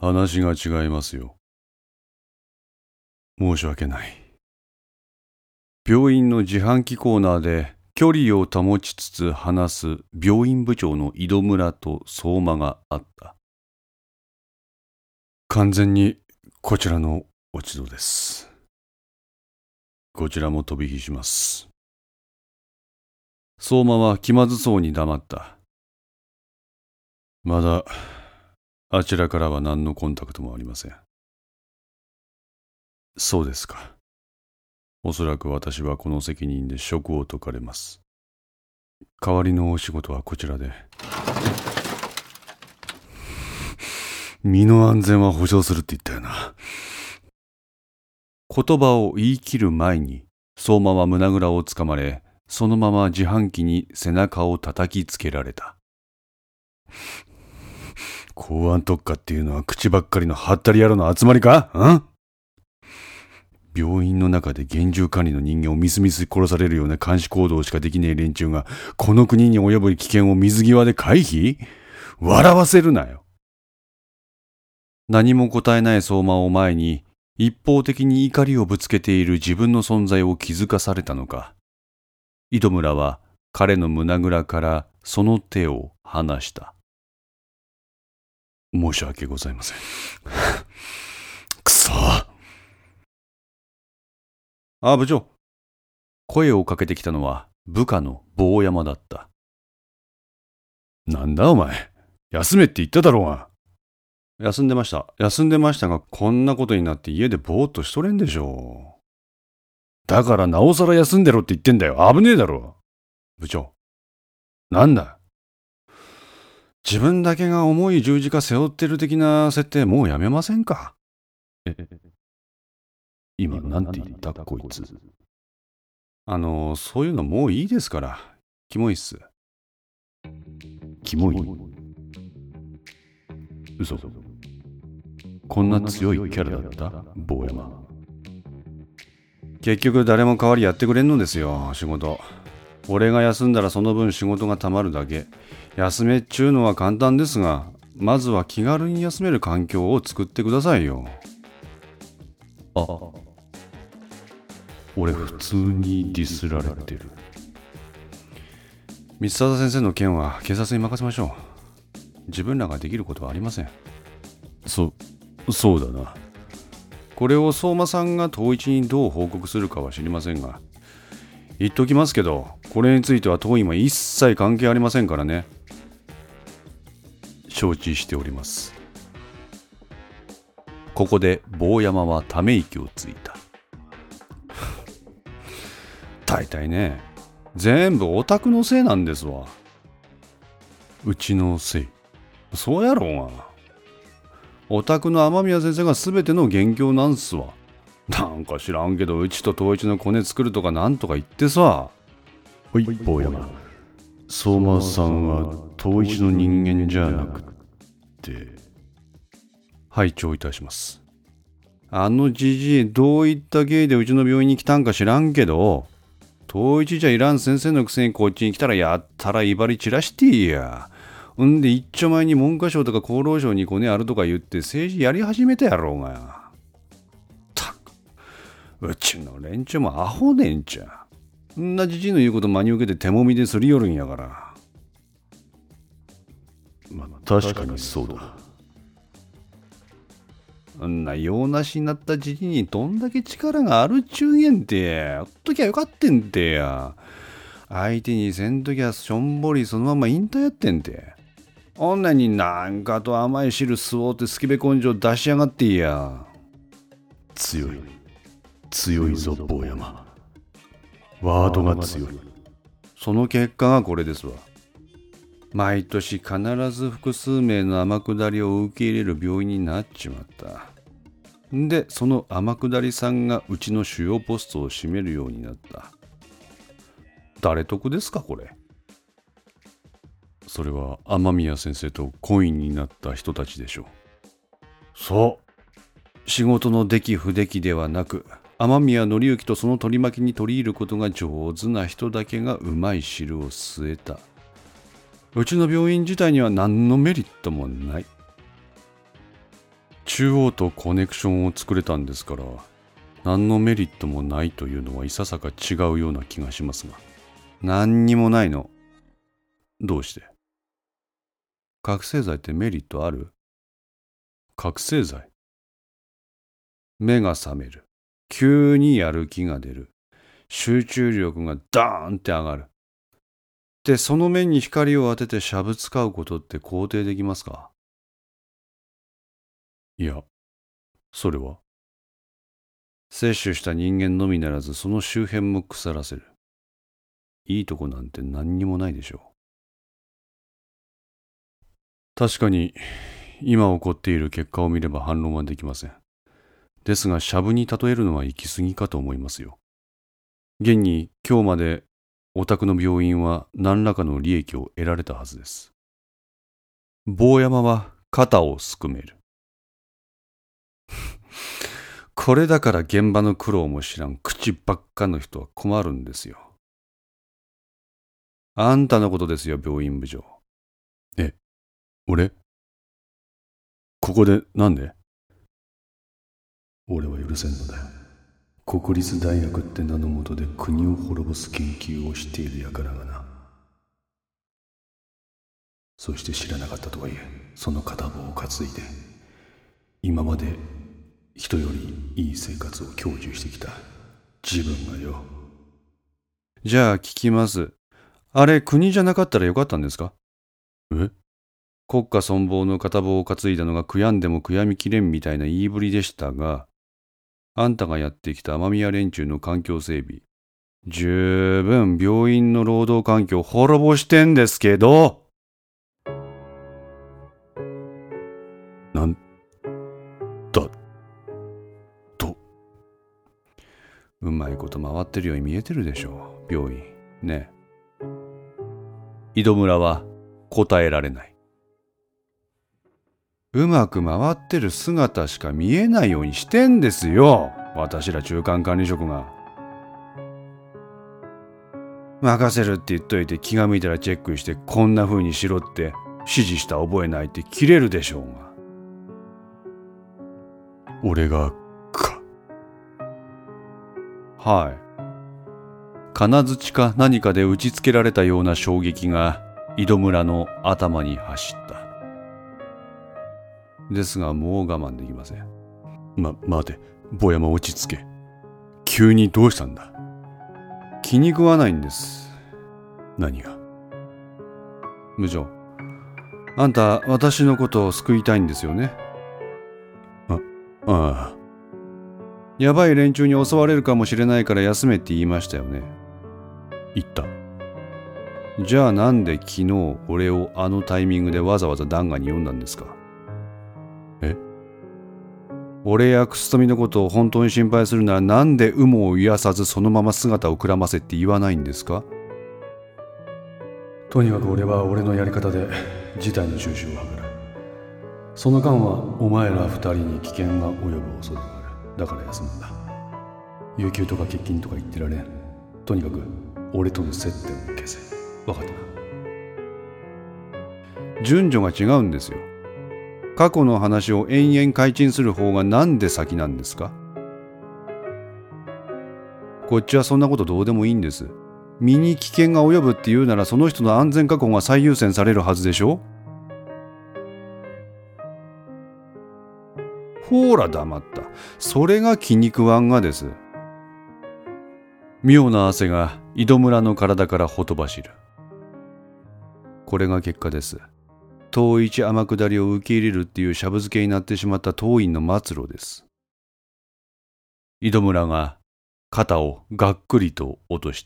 話が違いますよ。申し訳ない。病院の自販機コーナーで距離を保ちつつ話す病院部長の井戸村と相馬があった。完全にこちらの落ち度です。こちらも飛び火します。相馬は気まずそうに黙った。まだあちらからは何のコンタクトもありません。そうですか。おそらく私はこの責任で職を解かれます。代わりのお仕事はこちらで。身の安全は保証するって言ったよな。言葉を言い切る前に相馬は胸ぐらをつかまれ、そのまま自販機に背中を叩きつけられた。公安特化っていうのは口ばっかりのハッタリ野郎の集まりか？病院の中で厳重管理の人間をみすみす殺されるような監視行動しかできねえ連中がこの国に及ぶ危険を水際で回避？笑わせるなよ。何も答えない相馬を前に一方的に怒りをぶつけている自分の存在を気づかされたのか、井戸村は彼の胸ぐらからその手を離した。申し訳ございません。くそ。部長。声をかけてきたのは部下の坊山だった。なんだお前。休めって言っただろうが。休んでましたが、こんなことになって家でぼーっとしとれんでしょう。だからなおさら休んでろって言ってんだよ。危ねえだろ。部長。なんだ。自分だけが重い十字架背負ってる的な設定もうやめませんか？今なんて言ったこいつ。そういうのもういいですから。キモいっす。キモい？嘘。こんな強いキャラだった坊山。結局誰も代わりやってくれんのですよ、仕事。俺が休んだらその分仕事がたまるだけ。休めっちゅうのは簡単ですが、まずは気軽に休める環境を作ってくださいよ。俺普通にディスられてる。三沢先生の件は警察に任せましょう。自分らができることはありません。そうだな。これを相馬さんが東一にどう報告するかは知りませんが、言っときますけど、これについては当院は一切関係ありませんからね。承知しております。ここで坊山はため息をついた。大体ね、全部オタクのせいなんですわ。うちのせい？そうやろうが。オタクの雨宮先生が全ての元凶なんすわ。なんか知らんけど、うちと東一のコネ作るとかなんとか言ってさ。ほい、坊山。相馬さんは東一の人間じゃなくて。拝聴いたします。あのじじいどういった経緯でうちの病院に来たんか知らんけど、東一じゃいらん先生のくせにこっちに来たらやったら威張り散らしていや。んで一丁前に文科省とか厚労省にコネあるとか言って政治やり始めたやろうが。うちの連中もアホねんちゃ。んなじじいの言うこと真に受けて手もみですり寄るんやから。確かにそうだ。んな用なしになったじじいにどんだけ力があるっちゅうげんて、ほっときゃよかってんてや。相手にせんときゃしょんぼりそのまま引退やってんて。女になんかと甘い汁吸おうってスケベ根性出しやがっていや。強いぞ坊山。ワードが強い。その結果がこれですわ。毎年必ず複数名の天下りを受け入れる病院になっちまった。で、その天下りさんがうちの主要ポストを占めるようになった。誰得ですかこれ。それは雨宮先生と懇意になった人たちでしょう。そう。仕事の出来不出来ではなく、雨宮則之とその取り巻きに取り入ることが上手な人だけがうまい汁を据えた。うちの病院自体には何のメリットもない。 中央とコネクションを作れたんですから、何のメリットもないというのはいささか違うような気がしますが。何にもないの。どうして？覚醒剤ってメリットある？覚醒剤。目が覚める。急にやる気が出る。集中力がダーンって上がる。で、その目に光を当ててしゃぶ使うことって肯定できますか？いや、それは摂取した人間のみならずその周辺も腐らせる。いいとこなんて何にもないでしょう。確かに今起こっている結果を見れば反論はできません。ですがシャブに例えるのは行き過ぎかと思いますよ。現に今日までお宅の病院は何らかの利益を得られたはずです。坊山は肩をすくめる。これだから現場の苦労も知らん口ばっかの人は困るんですよ。あんたのことですよ、病院部長。え、俺？ここでなんで？俺は許せんのだよ。国立大学って名のもとで国を滅ぼす研究をしている輩がな。そして知らなかったとはいえ、その片棒を担いで今まで人よりいい生活を享受してきた自分がよ。じゃあ聞きます。あれ国じゃなかったらよかったんですか？え？国家存亡の片棒を担いだのが悔やんでも悔やみきれんみたいな言いぶりでしたが、あんたがやってきた雨宮連中の環境整備、十分病院の労働環境を滅ぼしてんですけど。なんだと。うまいこと回ってるように見えてるでしょう、病院。ねえ。井戸村は答えられない。うまく回ってる姿しか見えないようにしてんですよ、私ら中間管理職が。任せるって言っといて気が向いたらチェックしてこんな風にしろって指示した覚えないって切れるでしょうが。俺がか。はい。金槌か何かで打ちつけられたような衝撃が井戸村の頭に走った。ですがもう我慢できません。待て、坊山落ち着け。急にどうしたんだ？気に食わないんです。何が？部長、あんた私のことを救いたいんですよね。ああ。やばい連中に襲われるかもしれないから休めって言いましたよね。言った。じゃあなんで昨日俺をあのタイミングでわざわざ弾劾に呼んだんですか？え？俺やクストミのことを本当に心配するならなんで有無を癒さずそのまま姿をくらませって言わないんですか？とにかく俺は俺のやり方で事態の収拾を図る。その間はお前ら二人に危険が及ぶ恐れがある。だから休むんだ。有給とか欠勤とか言ってられん。とにかく俺との接点を消せ。分かったな。順序が違うんですよ。過去の話を延々開陳する方がなんで先なんですか？こっちはそんなことどうでもいいんです。身に危険が及ぶって言うならその人の安全確保が最優先されるはずでしょ。ほーら黙った。それが気に食わんがです。妙な汗が井戸村の体からほとばしる。これが結果です。遠一天下りを受け入れるっていうしゃぶ漬けになってしまった当院の末路です。井戸村が肩をがっくりと落とした。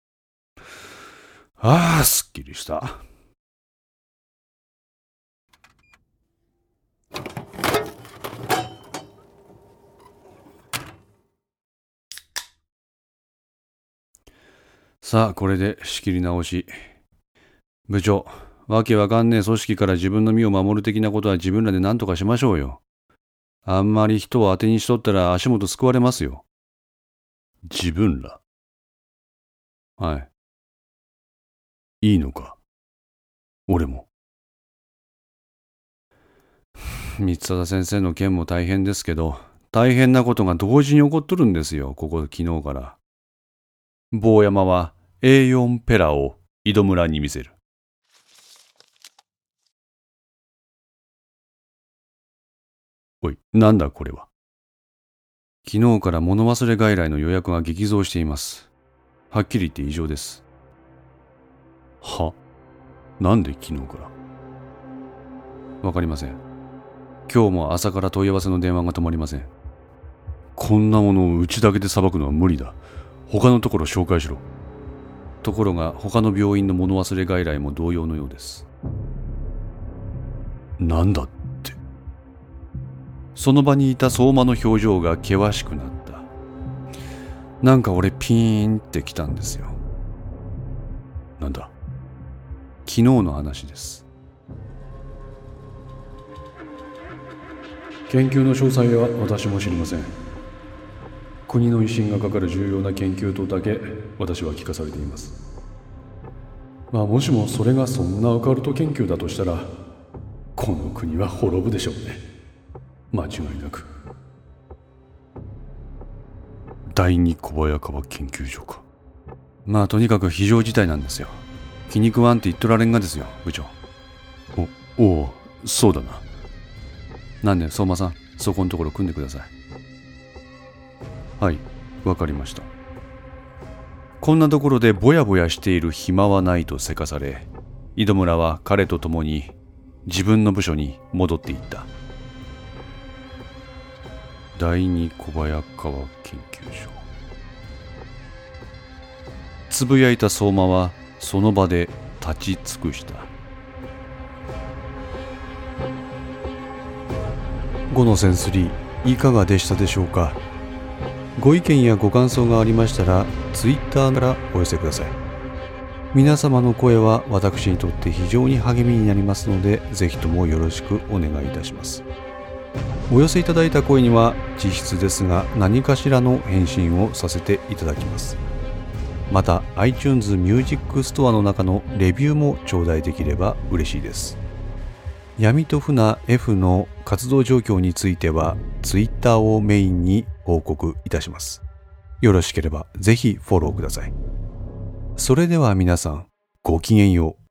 ああ、すっきりした。さあ、これで仕切り直し。部長、わけわかんねえ組織から自分の身を守る的なことは自分らで何とかしましょうよ。あんまり人を当てにしとったら足元すくわれますよ。自分ら？はい。いいのか？俺も。 三貞先生の件も大変ですけど、大変なことが同時に起こっとるんですよ、ここ昨日から。坊山は A4 ペラを井戸村に見せる。おい、なんだこれは。昨日から物忘れ外来の予約が激増しています。はっきり言って異常です。は？なんで昨日から？わかりません。今日も朝から問い合わせの電話が止まりません。こんなものをうちだけで裁くのは無理だ。他のところ紹介しろ。ところが他の病院の物忘れ外来も同様のようです。なんだって。その場にいた相馬の表情が険しくなった。なんか俺ピーンってきたんですよ。なんだ。昨日の話です。研究の詳細は私も知りません。国の威信がかかる重要な研究とだけ私は聞かされています。もしもそれがそんなオカルト研究だとしたら、この国は滅ぶでしょうね。間違いなく。第二小早川研究所か。とにかく非常事態なんですよ。気に食わんって言っとられんがですよ、部長。おう、そうだな。なんで相馬さん、そこのところ組んでください。はい、わかりました。こんなところでぼやぼやしている暇はないとせかされ、井戸村は彼と共に自分の部署に戻っていった。第二小早川研究所。つぶやいた相馬はその場で立ち尽くした。5のセンス3いかがでしたでしょうか。ご意見やご感想がありましたら Twitter からお寄せください。皆様の声は私にとって非常に励みになりますので、ぜひともよろしくお願いいたします。お寄せいただいた声には実質ですが何かしらの返信をさせていただきます。また iTunes Music Store の中のレビューも頂戴できれば嬉しいです。闇と船 F の活動状況については Twitter をメインに報告いたします。よろしければぜひフォローください。それでは皆さん、ごきげんよう。